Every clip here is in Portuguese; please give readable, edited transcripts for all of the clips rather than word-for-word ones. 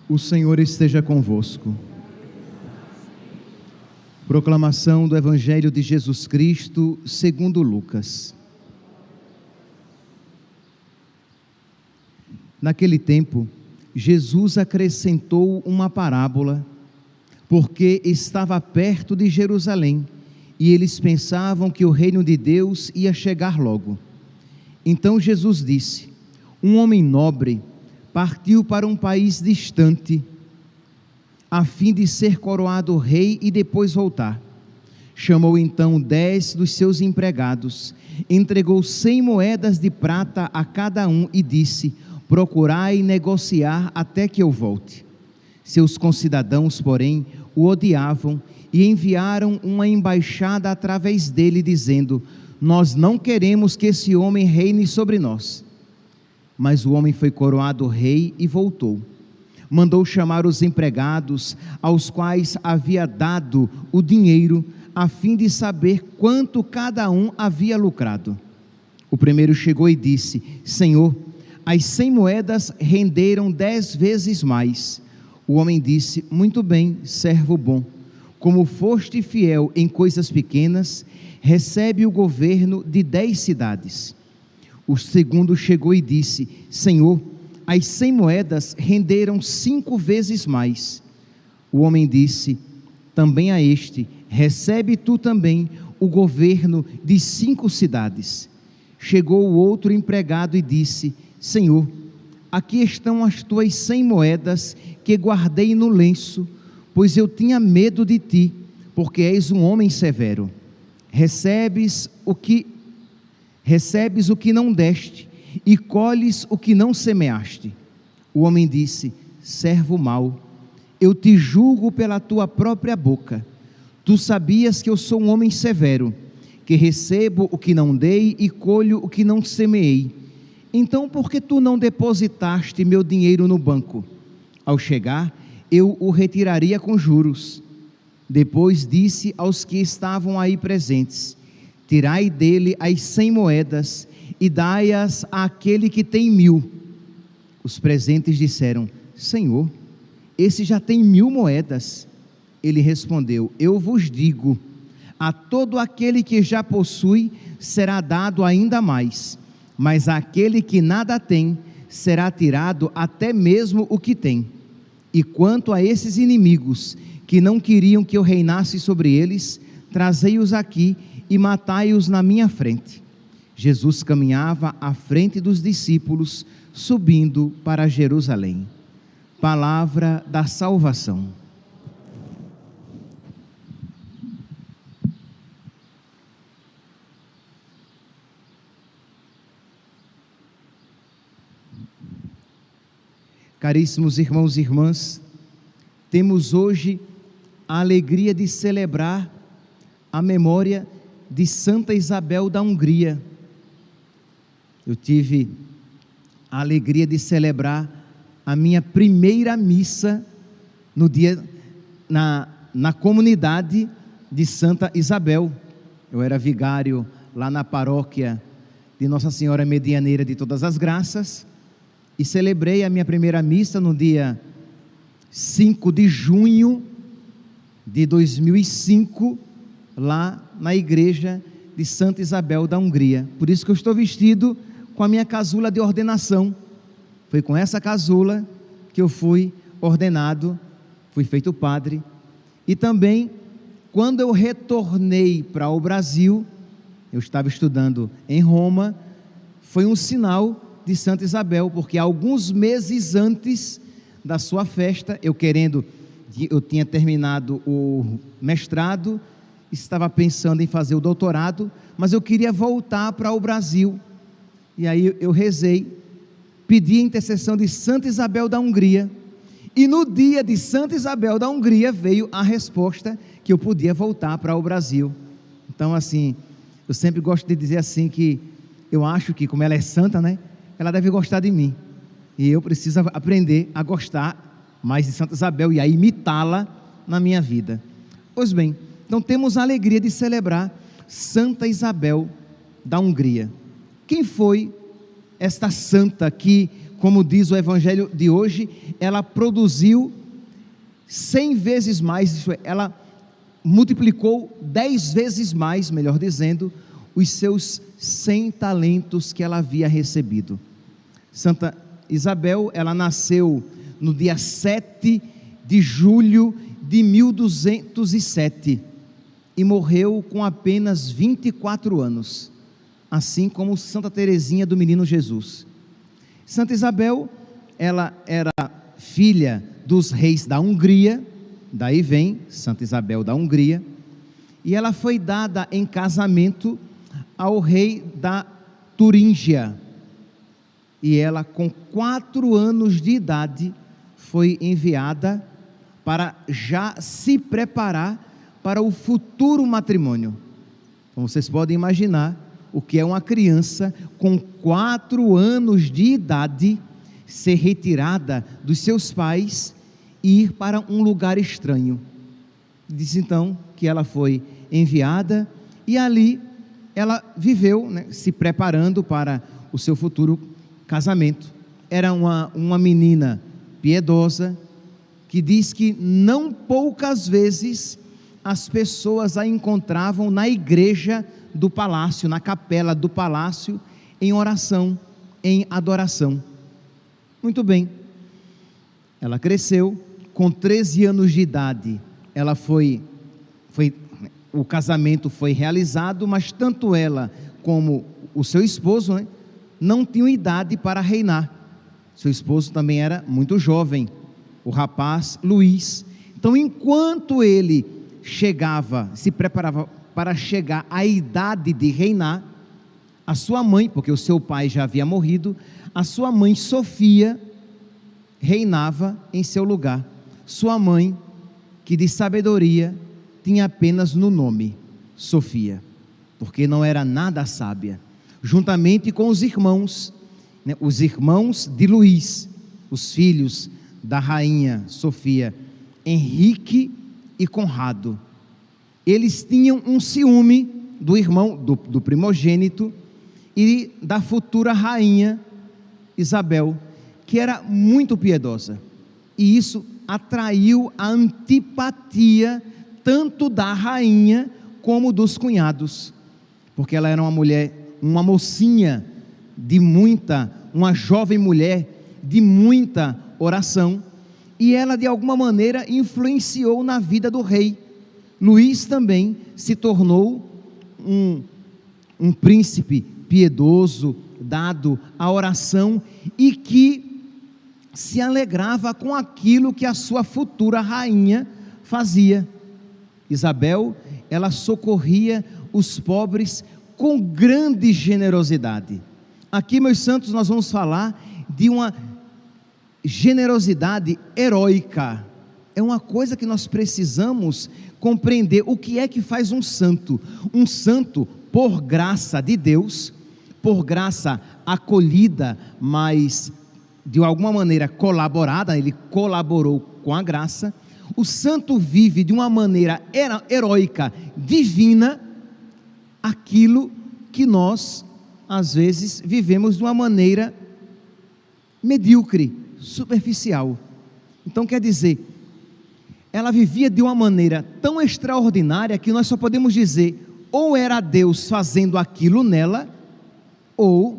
O Senhor esteja convosco. Proclamação do Evangelho de Jesus Cristo segundo Lucas. Naquele tempo, Jesus acrescentou uma parábola, porque estava perto de Jerusalém, e eles pensavam que o reino de Deus ia chegar logo. Então Jesus disse: um homem nobre partiu para um país distante, a fim de ser coroado rei e depois voltar. Chamou então 10 dos seus empregados, entregou 100 moedas de prata a cada um e disse: procurai negociar até que eu volte. Seus concidadãos, porém, o odiavam e enviaram uma embaixada através dele, dizendo: nós não queremos que esse homem reine sobre nós. Mas o homem foi coroado rei e voltou. Mandou chamar os empregados, aos quais havia dado o dinheiro, a fim de saber quanto cada um havia lucrado. O primeiro chegou e disse: Senhor, as 100 moedas renderam 10 vezes mais. O homem disse: muito bem, servo bom. Como foste fiel em coisas pequenas, recebe o governo de 10 cidades. O segundo chegou e disse: Senhor, as 100 moedas renderam 5 vezes mais. O homem disse também a este: recebe tu também o governo de 5 cidades. Chegou o outro empregado e disse: Senhor, aqui estão as tuas 100 moedas que guardei no lenço, pois eu tinha medo de ti, porque és um homem severo. Recebes o que não deste, e colhes o que não semeaste. O homem disse: servo mau, eu te julgo pela tua própria boca. Tu sabias que eu sou um homem severo, que recebo o que não dei e colho o que não semeei. Então por que tu não depositaste meu dinheiro no banco? Ao chegar, eu o retiraria com juros. Depois disse aos que estavam aí presentes: tirai dele as 100 moedas e dai-as àquele que tem 1000. Os presentes disseram: Senhor, esse já tem 1000 moedas. Ele respondeu: eu vos digo, a todo aquele que já possui será dado ainda mais, mas àquele que nada tem será tirado até mesmo o que tem. E quanto a esses inimigos que não queriam que eu reinasse sobre eles, trazei-os aqui e matai-os na minha frente. Jesus caminhava à frente dos discípulos, subindo para Jerusalém. Palavra da salvação. Caríssimos irmãos e irmãs, temos hoje a alegria de celebrar a memória de Santa Isabel da Hungria. Eu tive a alegria de celebrar a minha primeira missa no dia, na comunidade de Santa Isabel. Eu era vigário lá na paróquia de Nossa Senhora Medianeira de Todas as Graças e celebrei a minha primeira missa no dia 5 de junho de 2005, lá na igreja de Santa Isabel da Hungria. Por isso que eu estou vestido com a minha casula de ordenação. Foi com essa casula que eu fui ordenado, fui feito padre. E também, quando eu retornei para o Brasil, eu estava estudando em Roma, foi um sinal de Santa Isabel, porque alguns meses antes da sua festa, eu tinha terminado o mestrado, estava pensando em fazer o doutorado, mas eu queria voltar para o Brasil. E aí eu rezei, pedi a intercessão de Santa Isabel da Hungria, e no dia de Santa Isabel da Hungria veio a resposta que eu podia voltar para o Brasil. Então, assim, eu sempre gosto de dizer assim que eu acho que, como ela é santa, né, ela deve gostar de mim, e eu preciso aprender a gostar mais de Santa Isabel e a imitá-la na minha vida. Pois bem, então temos a alegria de celebrar Santa Isabel da Hungria. Quem foi esta santa que como diz o evangelho de hoje, ela produziu 100 vezes mais, isso é, ela multiplicou 10 vezes mais, melhor dizendo, os seus 100 talentos que ela havia recebido. Santa Isabel, ela nasceu no dia 7 de julho de 1207 e morreu com apenas 24 anos, assim como Santa Teresinha do Menino Jesus. Santa Isabel, ela era filha dos reis da Hungria, daí vem Santa Isabel da Hungria, e ela foi dada em casamento ao rei da Turíngia, e ela com 4 anos de idade foi enviada para já se preparar para o futuro matrimônio. Então vocês podem imaginar o que é uma criança com 4 anos de idade ser retirada dos seus pais e ir para um lugar estranho. Diz então que ela foi enviada e ali ela viveu, né, se preparando para o seu futuro casamento. Era uma menina piedosa, que diz que não poucas vezes as pessoas a encontravam na igreja do palácio, na capela do palácio, em oração, em adoração. Muito bem, ela cresceu, com 13 anos de idade, ela o casamento foi realizado, mas tanto ela como o seu esposo, né, não tinham idade para reinar. Seu esposo também era muito jovem, o rapaz Luís. Então, enquanto ele se preparava para chegar à idade de reinar, a sua mãe, porque o seu pai já havia morrido, a sua mãe Sofia reinava em seu lugar. Sua mãe, que de sabedoria tinha apenas no nome, Sofia, porque não era nada sábia, juntamente com os irmãos de Luís, os filhos da rainha Sofia, Henrique e Conrado. Eles tinham um ciúme do irmão, do primogênito e da futura rainha Isabel, que era muito piedosa, e isso atraiu a antipatia tanto da rainha como dos cunhados, porque ela era uma mulher, uma mocinha uma jovem mulher de muita oração, e ela de alguma maneira influenciou na vida do rei. Luís também se tornou um príncipe piedoso, dado à oração, e que se alegrava com aquilo que a sua futura rainha fazia. Isabel, ela socorria os pobres com grande generosidade. Aqui, meus santos, nós vamos falar de uma generosidade heróica. É uma coisa que nós precisamos compreender. O que é que faz um santo? Um santo, por graça de Deus, por graça acolhida, mas de alguma maneira colaborada, ele colaborou com a graça. O santo vive de uma maneira heróica, divina, aquilo que nós às vezes vivemos de uma maneira medíocre, superficial. Então quer dizer, ela vivia de uma maneira tão extraordinária que nós só podemos dizer, ou era Deus fazendo aquilo nela, ou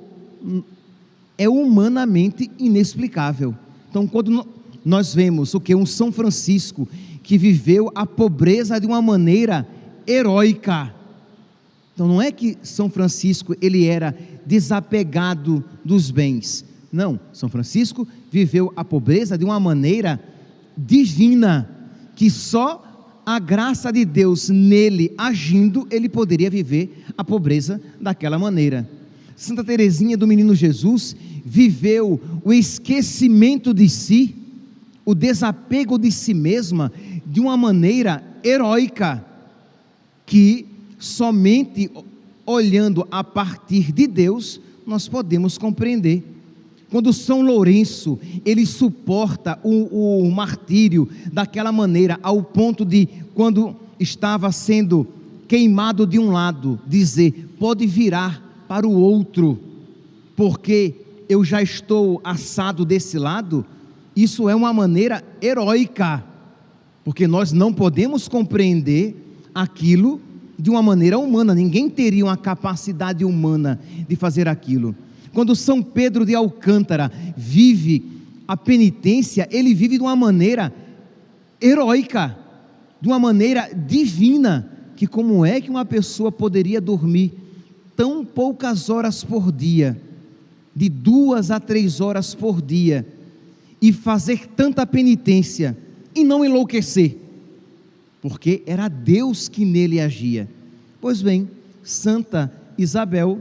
é humanamente inexplicável. Então quando nós vemos um São Francisco que viveu a pobreza de uma maneira heróica. Então não é que São Francisco ele era desapegado dos bens. Não, São Francisco viveu a pobreza de uma maneira divina, que só a graça de Deus nele agindo, ele poderia viver a pobreza daquela maneira. Santa Teresinha do Menino Jesus viveu o esquecimento de si, o desapego de si mesma, de uma maneira heróica, que somente olhando a partir de Deus, nós podemos compreender. Quando São Lourenço, ele suporta o martírio daquela maneira, ao ponto de, quando estava sendo queimado de um lado, dizer, pode virar para o outro, porque eu já estou assado desse lado, isso é uma maneira heróica, porque nós não podemos compreender aquilo de uma maneira humana, ninguém teria uma capacidade humana de fazer aquilo. Quando São Pedro de Alcântara vive a penitência, ele vive de uma maneira heróica, de uma maneira divina, que como é que uma pessoa poderia dormir tão poucas horas por dia, de 2 a 3 horas por dia, e fazer tanta penitência, e não enlouquecer, porque era Deus que nele agia. Pois bem, Santa Isabel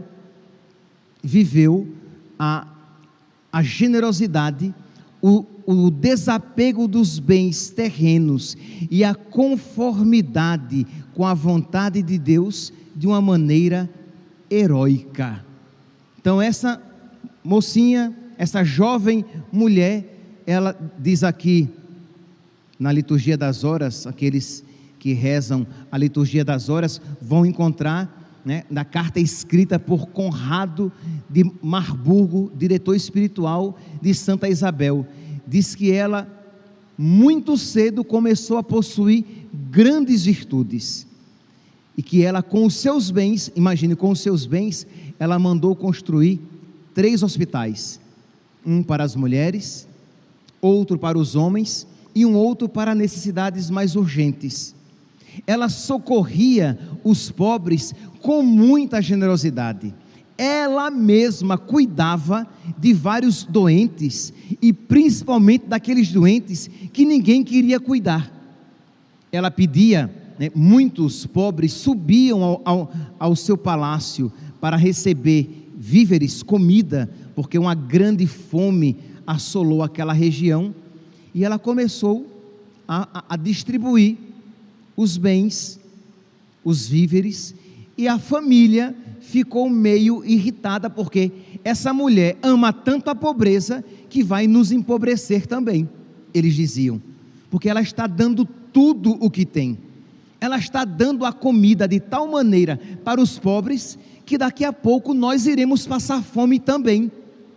viveu a generosidade, o desapego dos bens terrenos e a conformidade com a vontade de Deus de uma maneira heróica. Então essa mocinha, essa jovem mulher, ela diz aqui na liturgia das horas, aqueles que rezam a liturgia das horas vão encontrar, na carta escrita por Conrado de Marburgo, diretor espiritual de Santa Isabel, diz que ela muito cedo começou a possuir grandes virtudes, e que ela com os seus bens, imagine, com os seus bens, ela mandou construir 3 hospitais, um para as mulheres, outro para os homens, e um outro para necessidades mais urgentes. Ela socorria os pobres com muita generosidade. Ela mesma cuidava de vários doentes, e principalmente daqueles doentes que ninguém queria cuidar. Ela pedia, muitos pobres subiam ao seu palácio para receber víveres, comida, porque uma grande fome assolou aquela região, e ela começou a distribuir os bens, os víveres, e a família ficou meio irritada, porque essa mulher ama tanto a pobreza que vai nos empobrecer também, eles diziam, porque ela está dando tudo o que tem, ela está dando a comida de tal maneira para os pobres, que daqui a pouco nós iremos passar fome também.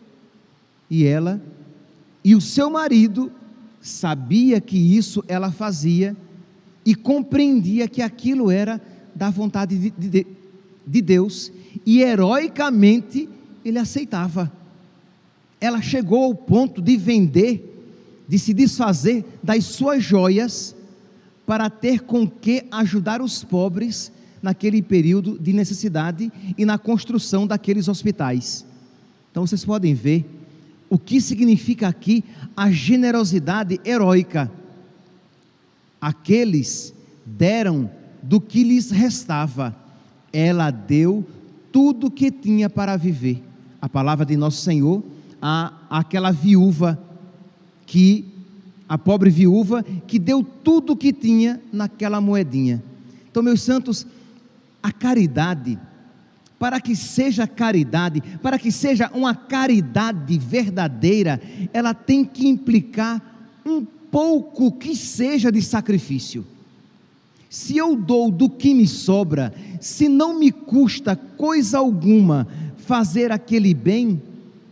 E ela e o seu marido sabia que isso ela fazia, e compreendia que aquilo era da vontade de Deus, e heroicamente ele aceitava. Ela chegou ao ponto de vender, de se desfazer das suas joias, para ter com que ajudar os pobres naquele período de necessidade e na construção daqueles hospitais. Então vocês podem ver o que significa aqui a generosidade heróica. Aqueles deram do que lhes restava, ela deu tudo o que tinha para viver. A palavra de nosso Senhor, aquela viúva, a pobre viúva, que deu tudo o que tinha naquela moedinha. Então, meus santos, a caridade, para que seja caridade, para que seja uma caridade verdadeira, ela tem que implicar um pouco que seja de sacrifício. Se eu dou do que me sobra, se não me custa coisa alguma fazer aquele bem,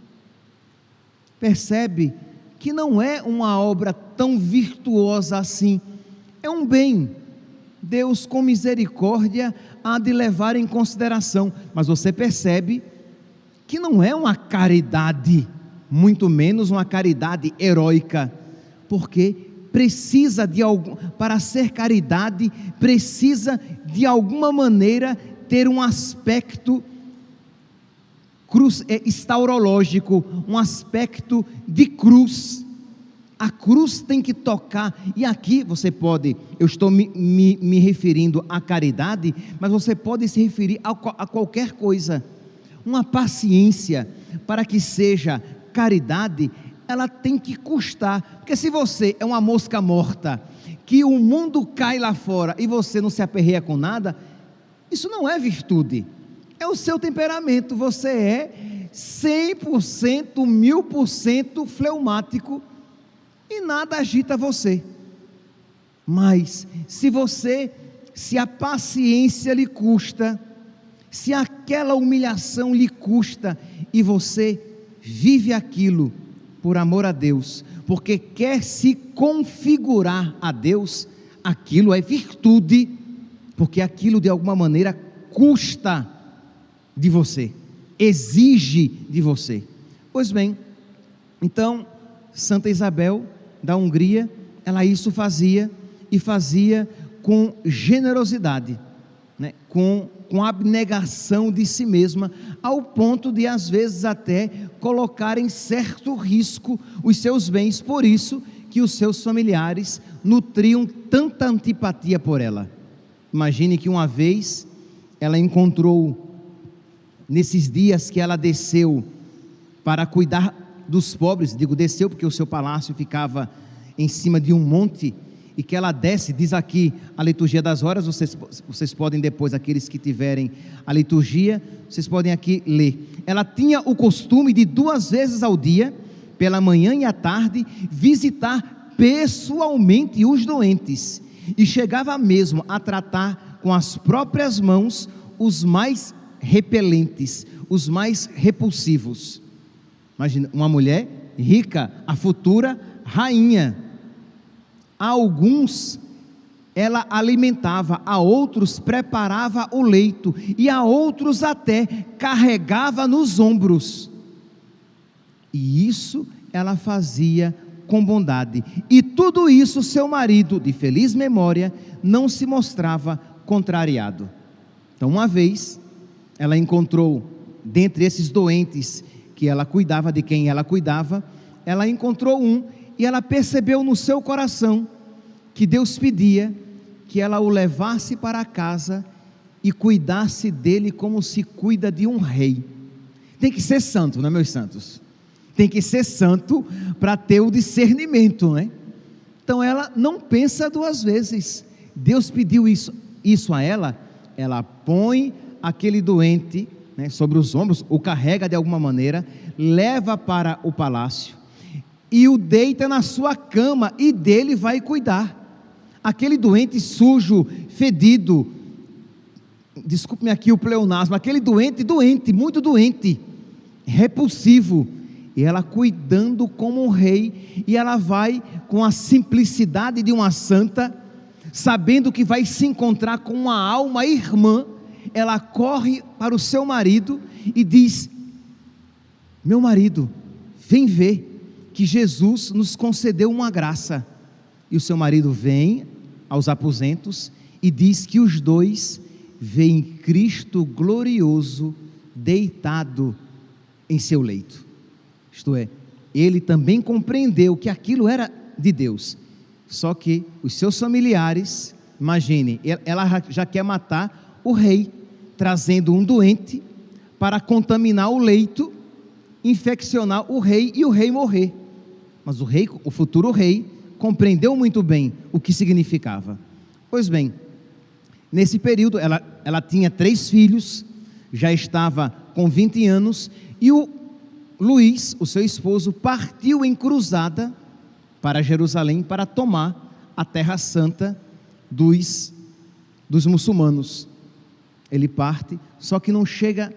percebe que não é uma obra tão virtuosa assim, é um bem. Deus com misericórdia há de levar em consideração, mas você percebe que não é uma caridade, muito menos uma caridade heróica, porque precisa de algum, para ser caridade, precisa de alguma maneira ter um aspecto estaurológico, um aspecto de cruz. A cruz tem que tocar, e aqui você pode, eu estou me referindo à caridade, mas você pode se referir a qualquer coisa. Uma paciência, para que seja caridade, ela tem que custar, porque se você é uma mosca morta, que o mundo cai lá fora, e você não se aperreia com nada, isso não é virtude, é o seu temperamento, você é 100%, 1000% fleumático, e nada agita você. Mas se a paciência lhe custa, se aquela humilhação lhe custa, e você vive aquilo por amor a Deus, porque quer se configurar a Deus, aquilo é virtude, porque aquilo de alguma maneira custa de você, exige de você. Pois bem, então Santa Isabel da Hungria, ela isso fazia, e fazia com generosidade, né? com abnegação de si mesma, ao ponto de às vezes até colocar em certo risco os seus bens. Por isso que os seus familiares nutriam tanta antipatia por ela. Imagine que uma vez ela encontrou, nesses dias que ela desceu para cuidar dos pobres, digo desceu porque o seu palácio ficava em cima de um monte, e que ela desce, diz aqui a liturgia das horas, vocês podem depois, aqueles que tiverem a liturgia, vocês podem aqui ler. Ela tinha o costume de 2 vezes ao dia, pela manhã e à tarde, visitar pessoalmente os doentes, e chegava mesmo a tratar com as próprias mãos os mais repelentes, os mais repulsivos. Imagina, uma mulher rica, a futura rainha. A alguns ela alimentava, a outros preparava o leito, e a outros até carregava nos ombros. E isso ela fazia com bondade, e tudo isso seu marido, de feliz memória, não se mostrava contrariado. Então uma vez ela encontrou, dentre esses doentes que ela cuidava, de quem ela cuidava, ela encontrou um, e ela percebeu no seu coração que Deus pedia que ela o levasse para casa e cuidasse dele como se cuida de um rei. Tem que ser santo, não é, meus santos? Tem que ser santo para ter o discernimento, né? Então ela não pensa 2 vezes. Deus pediu isso a ela, ela põe aquele doente, né, sobre os ombros, o carrega de alguma maneira, leva para o palácio e o deita na sua cama, e dele vai cuidar. Aquele doente sujo, fedido, desculpe-me aqui o pleonasmo, aquele doente, muito doente, repulsivo, e ela cuidando como um rei, e ela vai com a simplicidade de uma santa, sabendo que vai se encontrar com uma alma irmã. Ela corre para o seu marido e diz: meu marido, vem ver que Jesus nos concedeu uma graça. E o seu marido vem aos aposentos e diz que os dois veem Cristo glorioso deitado em seu leito. Isto é, ele também compreendeu que aquilo era de Deus, só que os seus familiares, imagine, ela já quer matar o rei, trazendo um doente para contaminar o leito, infeccionar o rei e o rei morrer. Mas o futuro rei, compreendeu muito bem o que significava. Pois bem, nesse período ela tinha 3 filhos, já estava com 20 anos, e o Luís, o seu esposo, partiu em cruzada para Jerusalém para tomar a terra santa dos muçulmanos. Ele parte, só que não chega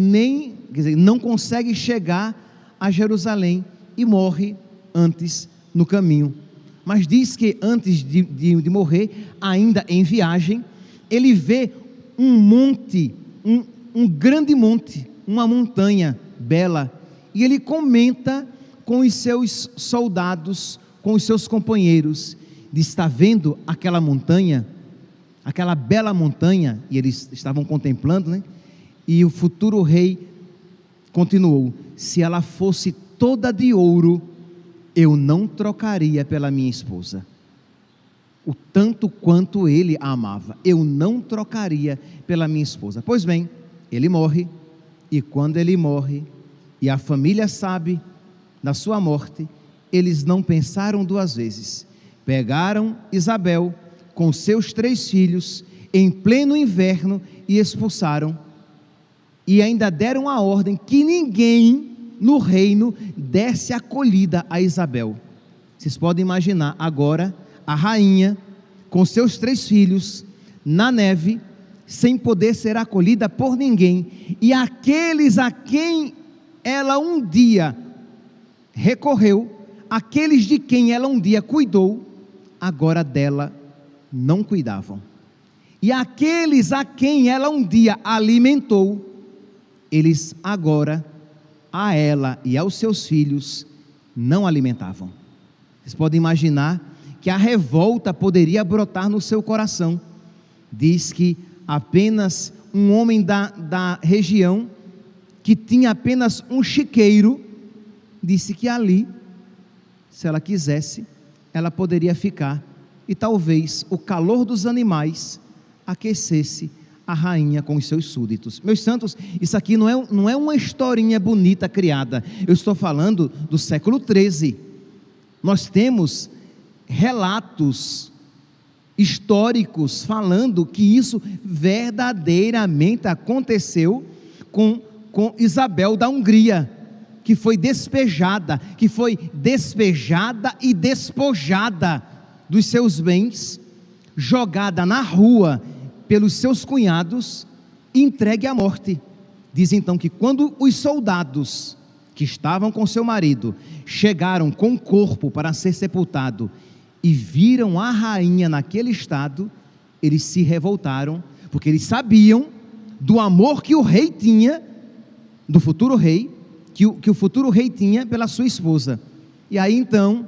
não consegue chegar a Jerusalém, e morre antes no caminho. Mas diz que antes de morrer, ainda em viagem, ele vê um monte, um grande monte, uma montanha bela, e ele comenta com os seus soldados, com os seus companheiros, diz: está vendo aquela montanha, aquela bela montanha? E eles estavam contemplando, né? E o futuro rei continuou: se ela fosse toda de ouro, eu não trocaria pela minha esposa. O tanto quanto ele a amava, eu não trocaria pela minha esposa. Pois bem, ele morre, e quando ele morre, e a família sabe da sua morte, eles não pensaram 2 vezes. Pegaram Isabel com seus 3 filhos, em pleno inverno, e expulsaram, e ainda deram a ordem que ninguém no reino desse acolhida a Isabel. Vocês podem imaginar agora a rainha com seus 3 filhos na neve, sem poder ser acolhida por ninguém, e aqueles a quem ela um dia recorreu, aqueles de quem ela um dia cuidou, agora dela não cuidavam. E aqueles a quem ela um dia alimentou, eles agora, a ela e aos seus filhos, não alimentavam. Vocês podem imaginar que a revolta poderia brotar no seu coração. Diz que apenas um homem da região, que tinha apenas um chiqueiro, disse que ali, se ela quisesse, ela poderia ficar, e talvez o calor dos animais aquecesse a rainha com os seus súditos. Meus santos, isso aqui não é uma historinha bonita criada. Eu estou falando do século XIII. Nós temos relatos históricos falando que isso verdadeiramente aconteceu com Isabel da Hungria, que foi despejada e despojada dos seus bens, jogada na rua pelos seus cunhados, entregue à morte. Diz então que quando os soldados que estavam com seu marido chegaram com o corpo para ser sepultado e viram a rainha naquele estado, eles se revoltaram, porque eles sabiam do amor que o rei tinha, do futuro rei, que o futuro rei tinha pela sua esposa. E aí então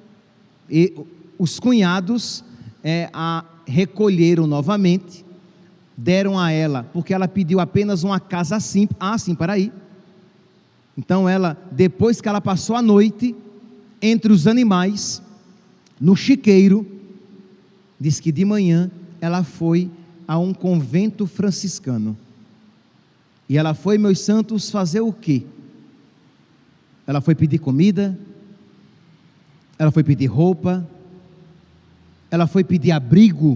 os cunhados a recolheram novamente, deram a ela, porque ela pediu apenas uma casa simples. Peraí. Então ela, depois que ela passou a noite entre os animais, no chiqueiro, diz que de manhã ela foi a um convento franciscano. E ela foi, meus santos, fazer o quê? Ela foi pedir comida, ela foi pedir roupa, ela foi pedir abrigo.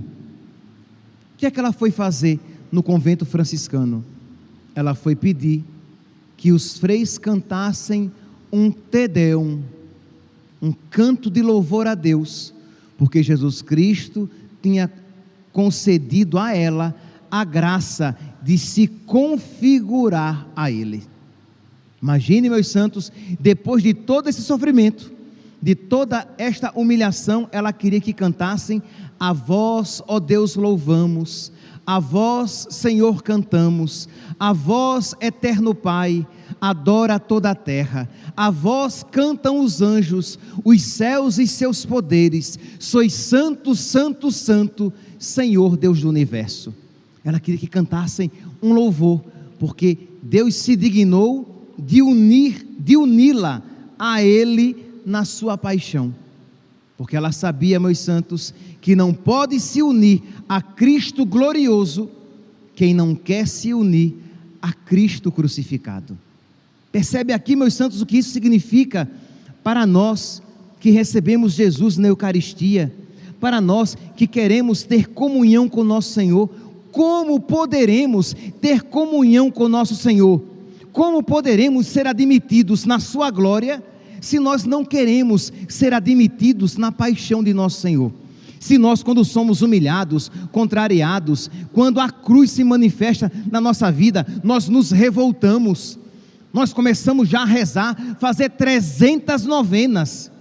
O que é que ela foi fazer no convento franciscano? Ela foi pedir que os freis cantassem um Te Deum, um canto de louvor a Deus, porque Jesus Cristo tinha concedido a ela a graça de se configurar a Ele. Imagine, meus santos, depois de todo esse sofrimento, de toda esta humilhação, ela queria que cantassem: a vós, ó Deus, louvamos, a vós, Senhor, cantamos, a vós, eterno Pai, adora toda a terra, a vós cantam os anjos, os céus e seus poderes, sois santo, santo, santo, Senhor Deus do universo. Ela queria que cantassem um louvor, porque Deus se dignou de uni-la a Ele na sua paixão, porque ela sabia, meus santos, que não pode se unir a Cristo glorioso quem não quer se unir a Cristo crucificado. Percebe aqui, meus santos, o que isso significa para nós que recebemos Jesus na Eucaristia, para nós que queremos ter comunhão com nosso Senhor. Como poderemos ter comunhão com nosso Senhor? Como poderemos ser admitidos na sua glória, se nós não queremos ser admitidos na paixão de nosso Senhor? Se nós, quando somos humilhados, contrariados, quando a cruz se manifesta na nossa vida, nós nos revoltamos, nós começamos já a rezar, fazer 300 novenas,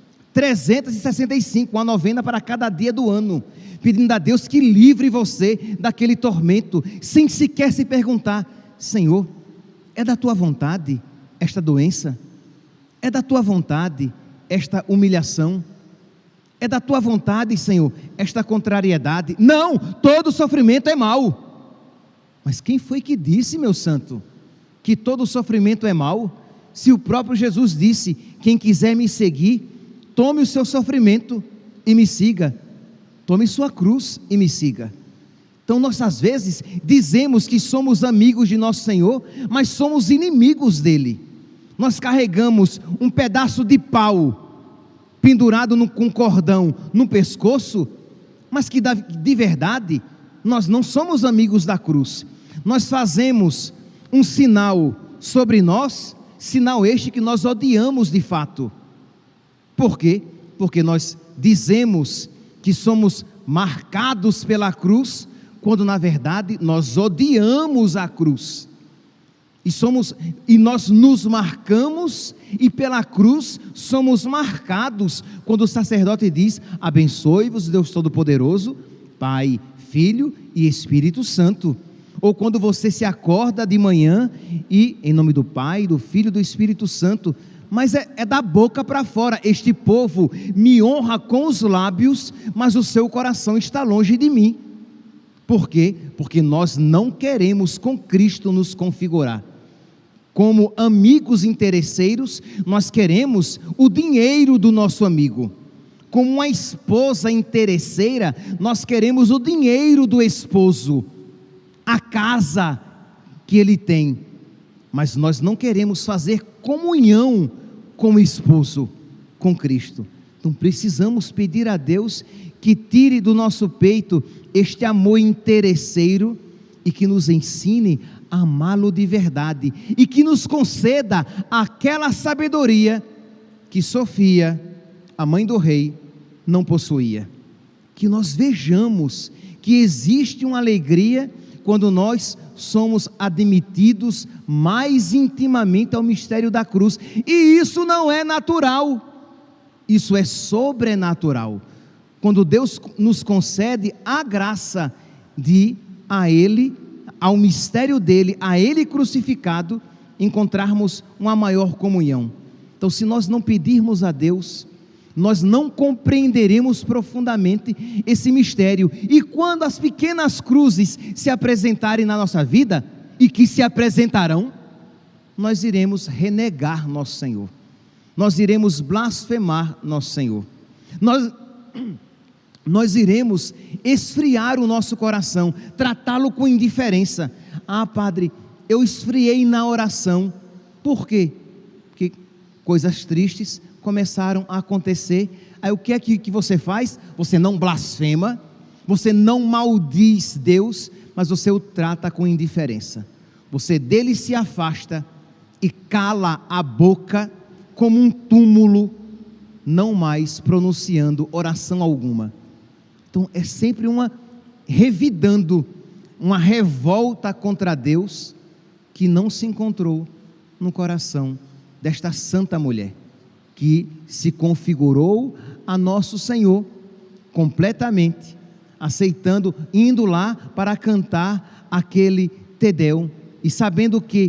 365, uma novena para cada dia do ano, pedindo a Deus que livre você daquele tormento, sem sequer se perguntar: Senhor, é da tua vontade esta doença? É da tua vontade esta humilhação? É da tua vontade, Senhor, esta contrariedade? Não, todo sofrimento é mau. Mas quem foi que disse, meu santo, que todo sofrimento é mau? Se o próprio Jesus disse: quem quiser me seguir, tome o seu sofrimento e me siga. Tome sua cruz e me siga. Então nós às vezes dizemos que somos amigos de nosso Senhor, mas somos inimigos dele. Nós carregamos um pedaço de pau pendurado com cordão no pescoço, mas que de verdade nós não somos amigos da cruz. Nós fazemos um sinal sobre nós, sinal este que nós odiamos de fato. Por quê? Porque nós dizemos que somos marcados pela cruz, quando na verdade nós odiamos a cruz. E nós nos marcamos, e pela cruz somos marcados, quando o sacerdote diz: abençoe-vos Deus Todo-Poderoso, Pai, Filho e Espírito Santo. Ou quando você se acorda de manhã e, em nome do Pai, do Filho e do Espírito Santo, mas é da boca para fora: este povo me honra com os lábios, mas o seu coração está longe de mim. Por quê? Porque nós não queremos com Cristo nos configurar. Como amigos interesseiros, nós queremos o dinheiro do nosso amigo. Como uma esposa interesseira, nós queremos o dinheiro do esposo, a casa que ele tem. Mas nós não queremos fazer comunhão com o esposo, com Cristo. Então precisamos pedir a Deus que tire do nosso peito este amor interesseiro e que nos ensine a amá-lo de verdade, e que nos conceda aquela sabedoria que Sofia, a mãe do rei, não possuía. Que nós vejamos que existe uma alegria quando nós somos admitidos mais intimamente ao mistério da cruz, e isso não é natural, isso é sobrenatural. Quando Deus nos concede a graça de a Ele, ao mistério dele, a Ele crucificado, encontrarmos uma maior comunhão. Então, se nós não pedirmos a Deus, nós não compreenderemos profundamente esse mistério. E quando as pequenas cruzes se apresentarem na nossa vida, e que se apresentarão, nós iremos renegar nosso Senhor, nós iremos blasfemar nosso Senhor, nós iremos esfriar o nosso coração, tratá-lo com indiferença. Ah, padre, eu esfriei na oração. Por quê? Porque coisas tristes começaram a acontecer. Aí o que é que você faz? Você não blasfema, você não maldiz Deus, mas você o trata com indiferença. Você dele se afasta e cala a boca como um túmulo, não mais pronunciando oração alguma. Então é sempre revidando, uma revolta contra Deus, que não se encontrou no coração desta santa mulher, que se configurou a nosso Senhor completamente, aceitando, indo lá para cantar aquele Te Deum, e sabendo que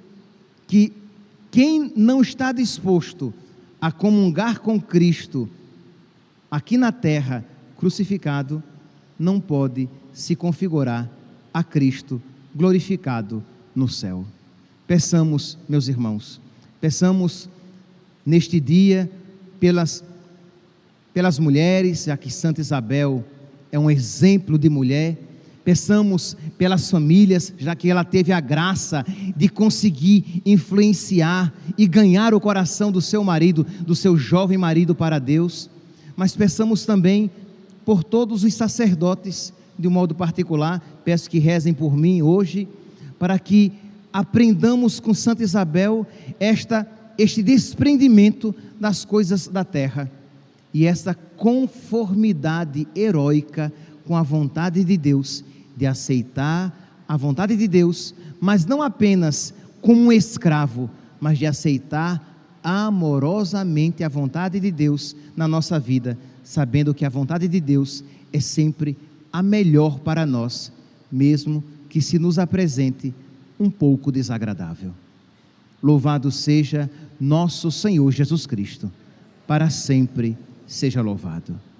quem não está disposto a comungar com Cristo aqui na terra, crucificado, não pode se configurar a Cristo glorificado no céu. Peçamos, meus irmãos, peçamos neste dia pelas mulheres, já que Santa Isabel é um exemplo de mulher. Peçamos pelas famílias, já que ela teve a graça de conseguir influenciar e ganhar o coração do seu marido, do seu jovem marido, para Deus. Mas peçamos também por todos os sacerdotes, de um modo particular. Peço que rezem por mim hoje, para que aprendamos com Santa Isabel este desprendimento das coisas da terra, e essa conformidade heróica com a vontade de Deus, de aceitar a vontade de Deus, mas não apenas como um escravo, mas de aceitar amorosamente a vontade de Deus na nossa vida, sabendo que a vontade de Deus é sempre a melhor para nós, mesmo que se nos apresente um pouco desagradável. Louvado seja nosso Senhor Jesus Cristo, para sempre seja louvado.